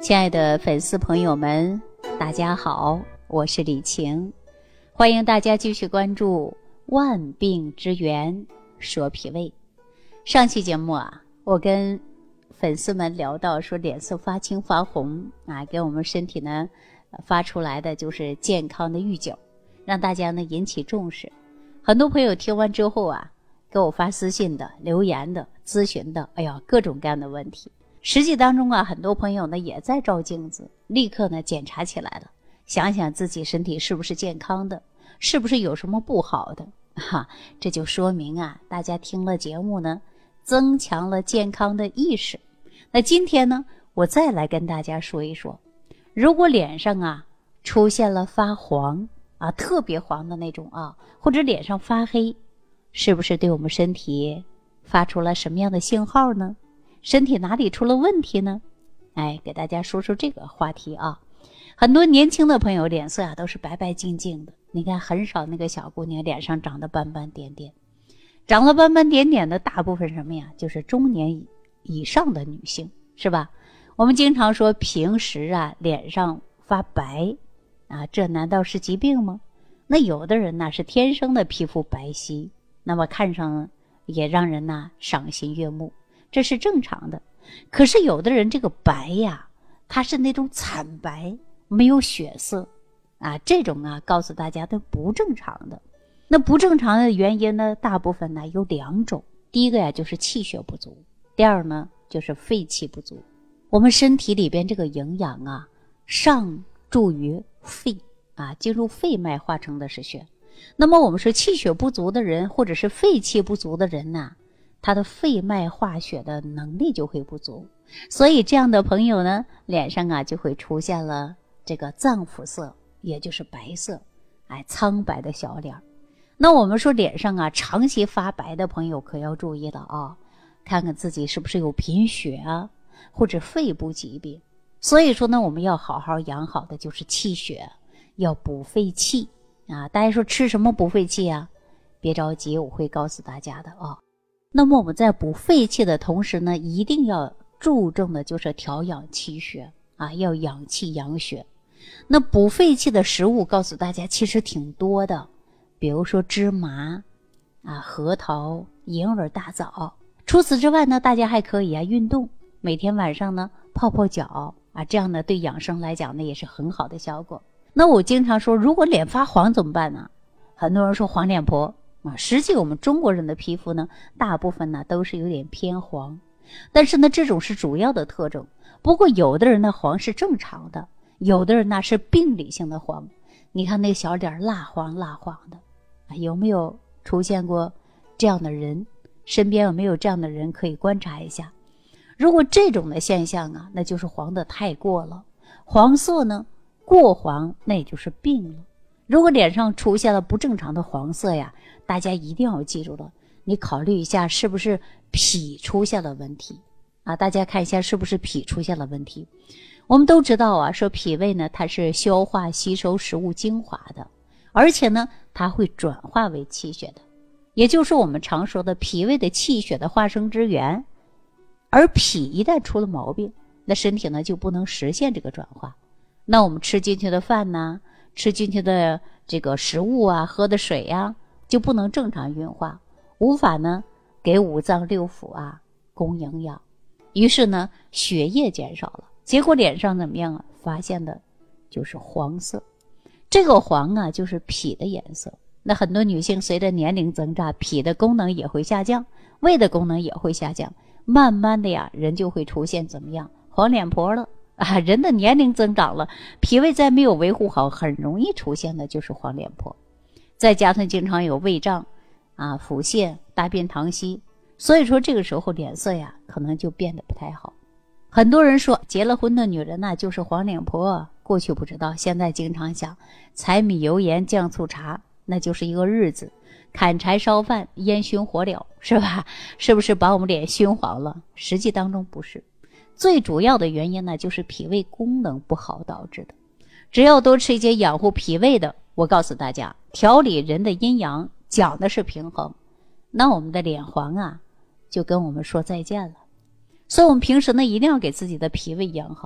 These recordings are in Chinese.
亲爱的粉丝朋友们，大家好，我是李晴，欢迎大家继续关注万病之源说脾胃。上期节目我跟粉丝们聊到说脸色发青发红给我们身体呢发出来的就是健康的预警，让大家呢引起重视。很多朋友听完之后给我发私信的、留言的、咨询的，各种各样的问题。实际当中很多朋友呢也在照镜子，立刻呢检查起来了，想想自己身体是不是健康的，是不是有什么不好的这就说明大家听了节目呢增强了健康的意识。那今天呢我再来跟大家说一说，如果脸上出现了发黄特别黄的那种或者脸上发黑，是不是对我们身体发出了什么样的信号呢？身体哪里出了问题呢？给大家说说这个话题很多年轻的朋友脸色都是白白净净的，你看很少那个小姑娘脸上长得斑斑点点，长了斑斑点点的大部分什么呀？就是中年以上的女性，是吧？我们经常说平时脸上发白这难道是疾病吗？那有的人是天生的皮肤白皙，那么看上也让人赏心悦目，这是正常的。可是有的人这个白它是那种惨白，没有血色这种告诉大家都不正常的。那不正常的原因呢，大部分有两种。第一个就是气血不足，第二呢就是肺气不足。我们身体里边这个营养上注于肺进入肺脉化成的是血。那么我们说气血不足的人，或者是肺气不足的人他的肺脉化血的能力就会不足，所以这样的朋友呢，脸上就会出现了这个脏肤色，也就是白色，苍白的小脸。那我们说脸上长期发白的朋友可要注意了看看自己是不是有贫血或者肺部疾病。所以说呢，我们要好好养好的就是气血，要补肺气大家说吃什么补肺气别着急，我会告诉大家的那么我们在补肺气的同时呢，一定要注重的就是调养气血要养气养血。那补肺气的食物告诉大家其实挺多的，比如说芝麻核桃、银耳、大枣。除此之外呢，大家还可以运动，每天晚上呢泡泡脚这样呢对养生来讲呢也是很好的效果。那我经常说，如果脸发黄怎么办呢？很多人说黄脸婆实际我们中国人的皮肤呢大部分呢都是有点偏黄，但是呢这种是主要的特征。不过有的人的黄是正常的，有的人是病理性的黄。你看那个小脸蜡黄蜡黄的有没有出现过这样的人？身边有没有这样的人可以观察一下。如果这种的现象那就是黄的太过了。黄色呢过黄，那也就是病了。如果脸上出现了不正常的黄色大家一定要记住了，你考虑一下是不是脾出现了问题大家看一下是不是脾出现了问题。我们都知道说脾胃呢它是消化吸收食物精华的，而且呢它会转化为气血的，也就是我们常说的脾胃的气血的化生之源。而脾一旦出了毛病，那身体呢就不能实现这个转化。那我们吃进去的饭吃进去的这个食物喝的水就不能正常运化，无法呢给五脏六腑供营养，于是呢血液减少了，结果脸上怎么样发现的就是黄色。这个黄就是脾的颜色。那很多女性随着年龄增长，脾的功能也会下降，胃的功能也会下降，慢慢的人就会出现怎么样黄脸婆了人的年龄增长了，脾胃再没有维护好，很容易出现的就是黄脸婆。再加上经常有胃胀腹泻、大便溏稀，所以说这个时候脸色可能就变得不太好。很多人说结了婚的女人就是黄脸婆，过去不知道，现在经常想柴米油盐酱醋茶，那就是一个日子，砍柴烧饭烟熏火燎，是吧？是不是把我们脸熏黄了？实际当中不是，最主要的原因呢就是脾胃功能不好导致的。只要多吃一些养护脾胃的，我告诉大家，调理人的阴阳，讲的是平衡，那我们的脸黄就跟我们说再见了。所以我们平时呢一定要给自己的脾胃养好。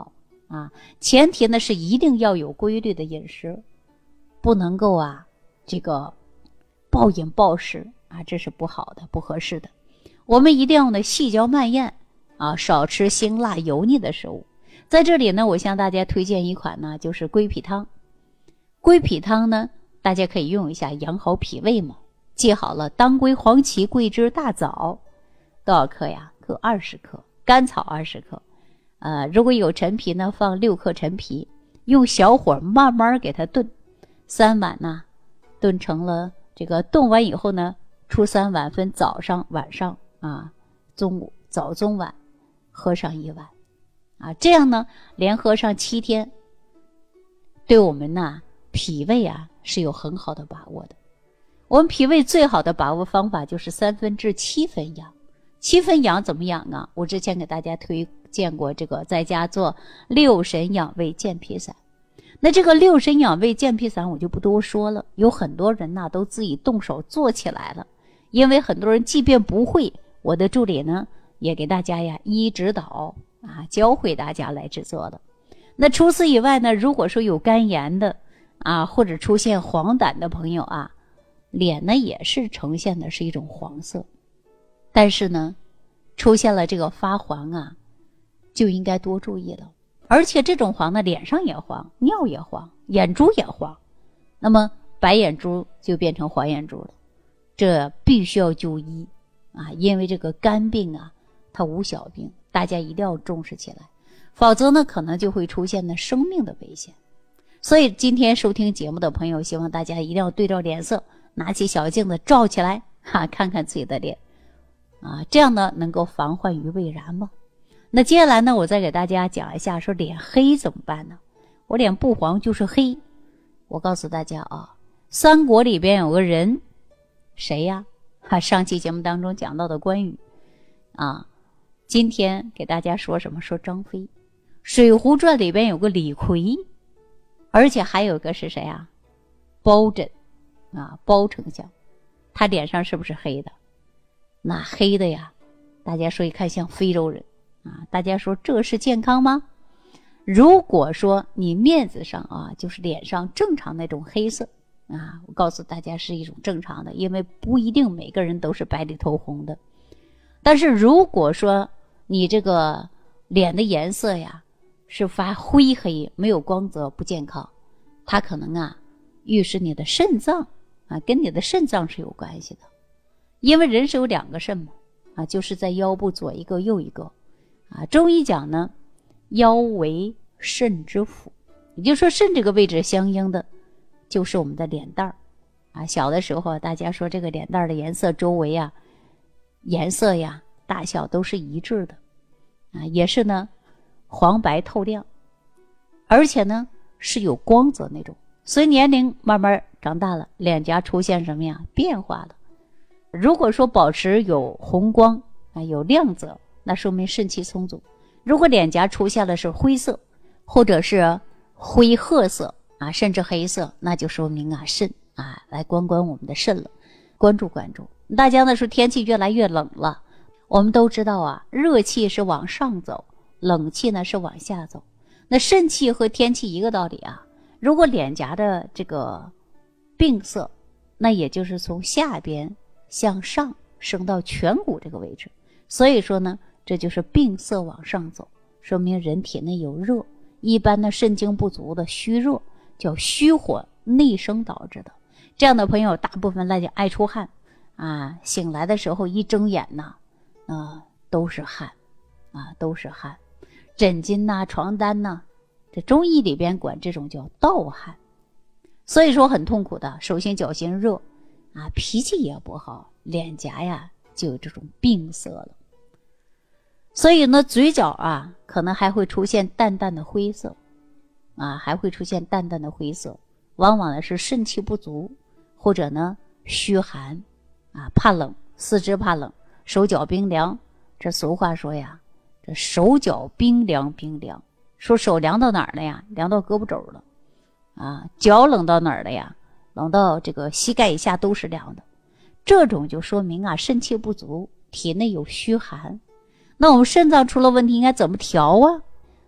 前提呢是一定要有规律的饮食，不能够这个暴饮暴食这是不好的，不合适的。我们一定要呢细嚼慢咽少吃辛辣油腻的食物。在这里呢，我向大家推荐一款呢，就是归脾汤。归脾汤呢，大家可以用一下，养好脾胃嘛。记好了，当归、黄芪、桂枝、大枣多少克呀？各20克，甘草20克。如果有陈皮呢，放6克陈皮，用小火慢慢给它炖，3碗呢，炖成了这个炖完以后呢，出3碗，分早上、晚上中午早中晚喝上1碗这样呢连喝上7天，对我们脾胃是有很好的把握的。我们脾胃最好的把握方法就是7/3分养。7分养怎么养啊？我之前给大家推荐过这个在家做6神养胃健脾散。那这个6神养胃健脾散我就不多说了，有很多人都自己动手做起来了。因为很多人即便不会，我的助理呢也给大家一一指导教会大家来制作的。那除此以外呢，如果说有肝炎的或者出现黄疸的朋友脸呢也是呈现的是一种黄色，但是呢出现了这个发黄就应该多注意了。而且这种黄呢，脸上也黄，尿也黄，眼珠也黄，那么白眼珠就变成黄眼珠了，这必须要就医因为这个肝病它无小病，大家一定要重视起来，否则呢可能就会出现生命的危险。所以今天收听节目的朋友，希望大家一定要对照脸色，拿起小镜子照起来看看自己的脸这样呢能够防患于未然嘛。那接下来呢，我再给大家讲一下说脸黑怎么办呢？我脸不黄就是黑。我告诉大家三国里边有个人，谁呀？上期节目当中讲到的关羽今天给大家说什么？说张飞。水浒传里边有个李逵，而且还有一个是谁包拯包丞相，他脸上是不是黑的？那黑的大家说一看像非洲人大家说这是健康吗？如果说你面子上就是脸上正常那种黑色我告诉大家是一种正常的，因为不一定每个人都是白里透红的。但是如果说你这个脸的颜色是发灰黑，没有光泽，不健康，它可能预示你的肾脏跟你的肾脏是有关系的。因为人是有2个肾嘛就是在腰部左一个右一个中医讲呢，腰为肾之府，也就是说肾这个位置相应的就是我们的脸蛋小的时候大家说这个脸蛋的颜色周围颜色大小都是一致的也是呢黄白透亮，而且呢是有光泽那种。所以年龄慢慢长大了，脸颊出现什么变化了。如果说保持有红光有亮泽，那说明肾气充足。如果脸颊出现的是灰色或者是灰褐色甚至黑色，那就说明肾来关我们的肾了，关注。大家呢说天气越来越冷了，我们都知道热气是往上走，冷气呢是往下走。那肾气和天气一个道理如果脸颊的这个病色，那也就是从下边向上升到颧骨这个位置，所以说呢这就是病色往上走，说明人体内有热。一般的肾精不足的虚热叫虚火内生导致的，这样的朋友大部分大家爱出汗醒来的时候一睁眼都是汗都是汗，枕巾床单这中医里边管这种叫盗汗，所以说很痛苦的。首先脚心热脾气也不好，脸颊就有这种病色了。所以呢嘴角可能还会出现淡淡的灰色还会出现淡淡的灰色，往往呢是肾气不足，或者呢虚寒怕冷，四肢怕冷，手脚冰凉。这俗话说这手脚冰凉，说手凉到哪儿了凉到胳膊肘了脚冷到哪儿了冷到这个膝盖以下都是凉的。这种就说明肾气不足，体内有虚寒。那我们肾脏出了问题应该怎么调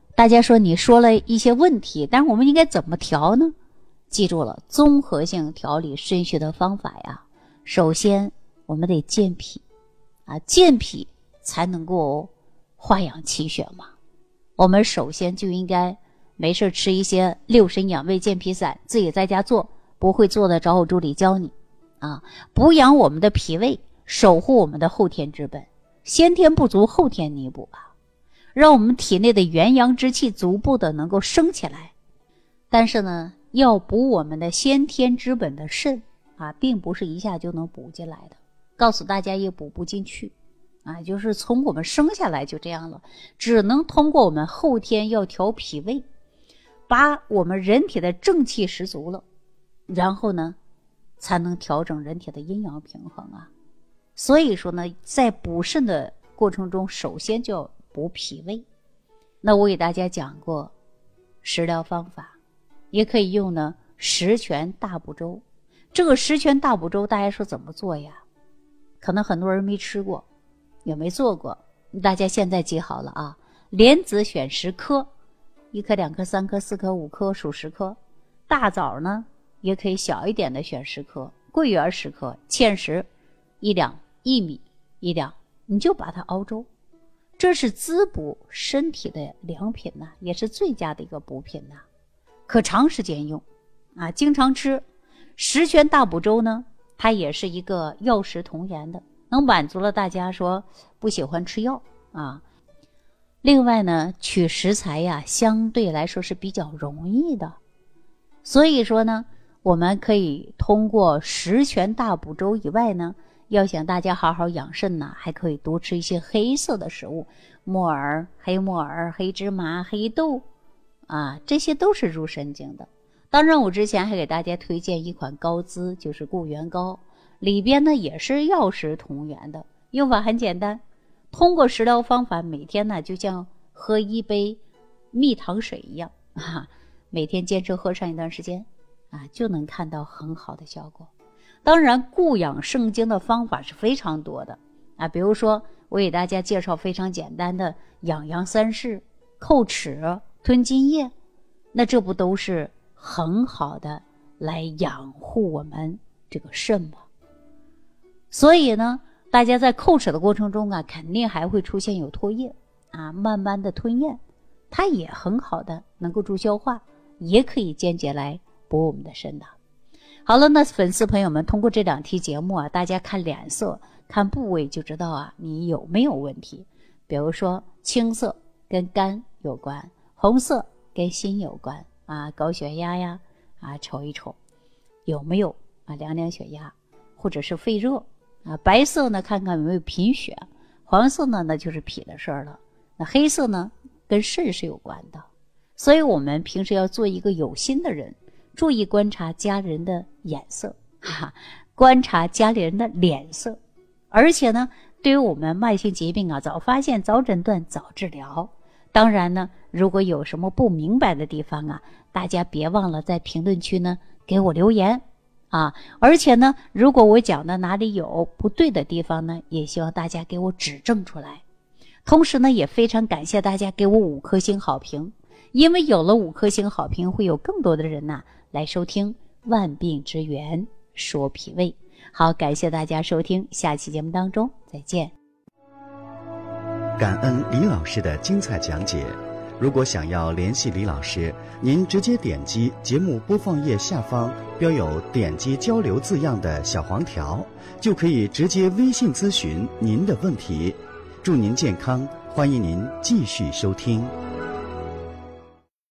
大家说你说了一些问题，但是我们应该怎么调呢？记住了，综合性调理肾虚的方法呀，首先我们得健脾健脾才能够化养气血嘛。我们首先就应该没事吃一些六神养胃健脾散，自己在家做，不会做的找我助理教你补养我们的脾胃，守护我们的后天之本，先天不足后天弥补让我们体内的元阳之气逐步的能够升起来。但是呢，要补我们的先天之本的肾并不是一下就能补进来的，告诉大家也补不进去就是从我们生下来就这样了，只能通过我们后天要调脾胃，把我们人体的正气十足了，然后呢才能调整人体的阴阳平衡所以说呢，在补肾的过程中，首先就要补脾胃。那我给大家讲过食疗方法，也可以用呢十全大补粥。这个十全大补粥大家说怎么做呀？可能很多人没吃过也没做过，大家现在记好了莲子选10颗，1颗2颗3颗4颗5颗数10颗，大枣呢也可以小一点的选10颗，桂圆10颗，芡实1两，薏米1两，你就把它熬粥。这是滋补身体的良品也是最佳的一个补品可长时间用经常吃。十全大补粥呢，它也是一个药食同源的，能满足了大家说不喜欢吃药另外呢，取食材相对来说是比较容易的，所以说呢，我们可以通过十全大补粥以外呢，要想大家好好养肾还可以多吃一些黑色的食物，木耳、黑木耳、黑芝麻、黑豆这些都是入肾经的。当然我之前还给大家推荐一款膏滋，就是固元膏，里边呢也是药食同源的，用法很简单，通过食疗方法，每天呢就像喝一杯蜜糖水一样每天坚持喝上一段时间就能看到很好的效果。当然固养肾经的方法是非常多的比如说我给大家介绍非常简单的养阳三式、叩齿、吞津液，那这不都是很好的来养护我们这个肾吗？所以呢，大家在叩齿的过程中肯定还会出现有唾液慢慢的吞咽，它也很好的能够助消化，也可以间接来补我们的肾好了，那粉丝朋友们，通过这2期节目大家看脸色看部位就知道你有没有问题。比如说青色跟肝有关，红色跟心有关高血压呀瞅一瞅有没有量量血压，或者是肺热白色呢看看有没有贫血，黄色呢那就是脾的事儿了，那黑色呢跟肾是有关的。所以我们平时要做一个有心的人，注意观察家人的眼色观察家里人的脸色，而且呢对于我们慢性疾病早发现早诊断早治疗。当然呢，如果有什么不明白的地方大家别忘了在评论区呢给我留言而且呢，如果我讲的哪里有不对的地方呢，也希望大家给我指正出来。同时呢，也非常感谢大家给我5颗星好评，因为有了5颗星好评，会有更多的人来收听万病之源说脾胃。好，感谢大家收听，下期节目当中再见。 感恩李老师的精彩讲解。如果想要联系李老师，您直接点击节目播放页下方标有点击交流字样的小黄条，就可以直接微信咨询您的问题。祝您健康，欢迎您继续收听。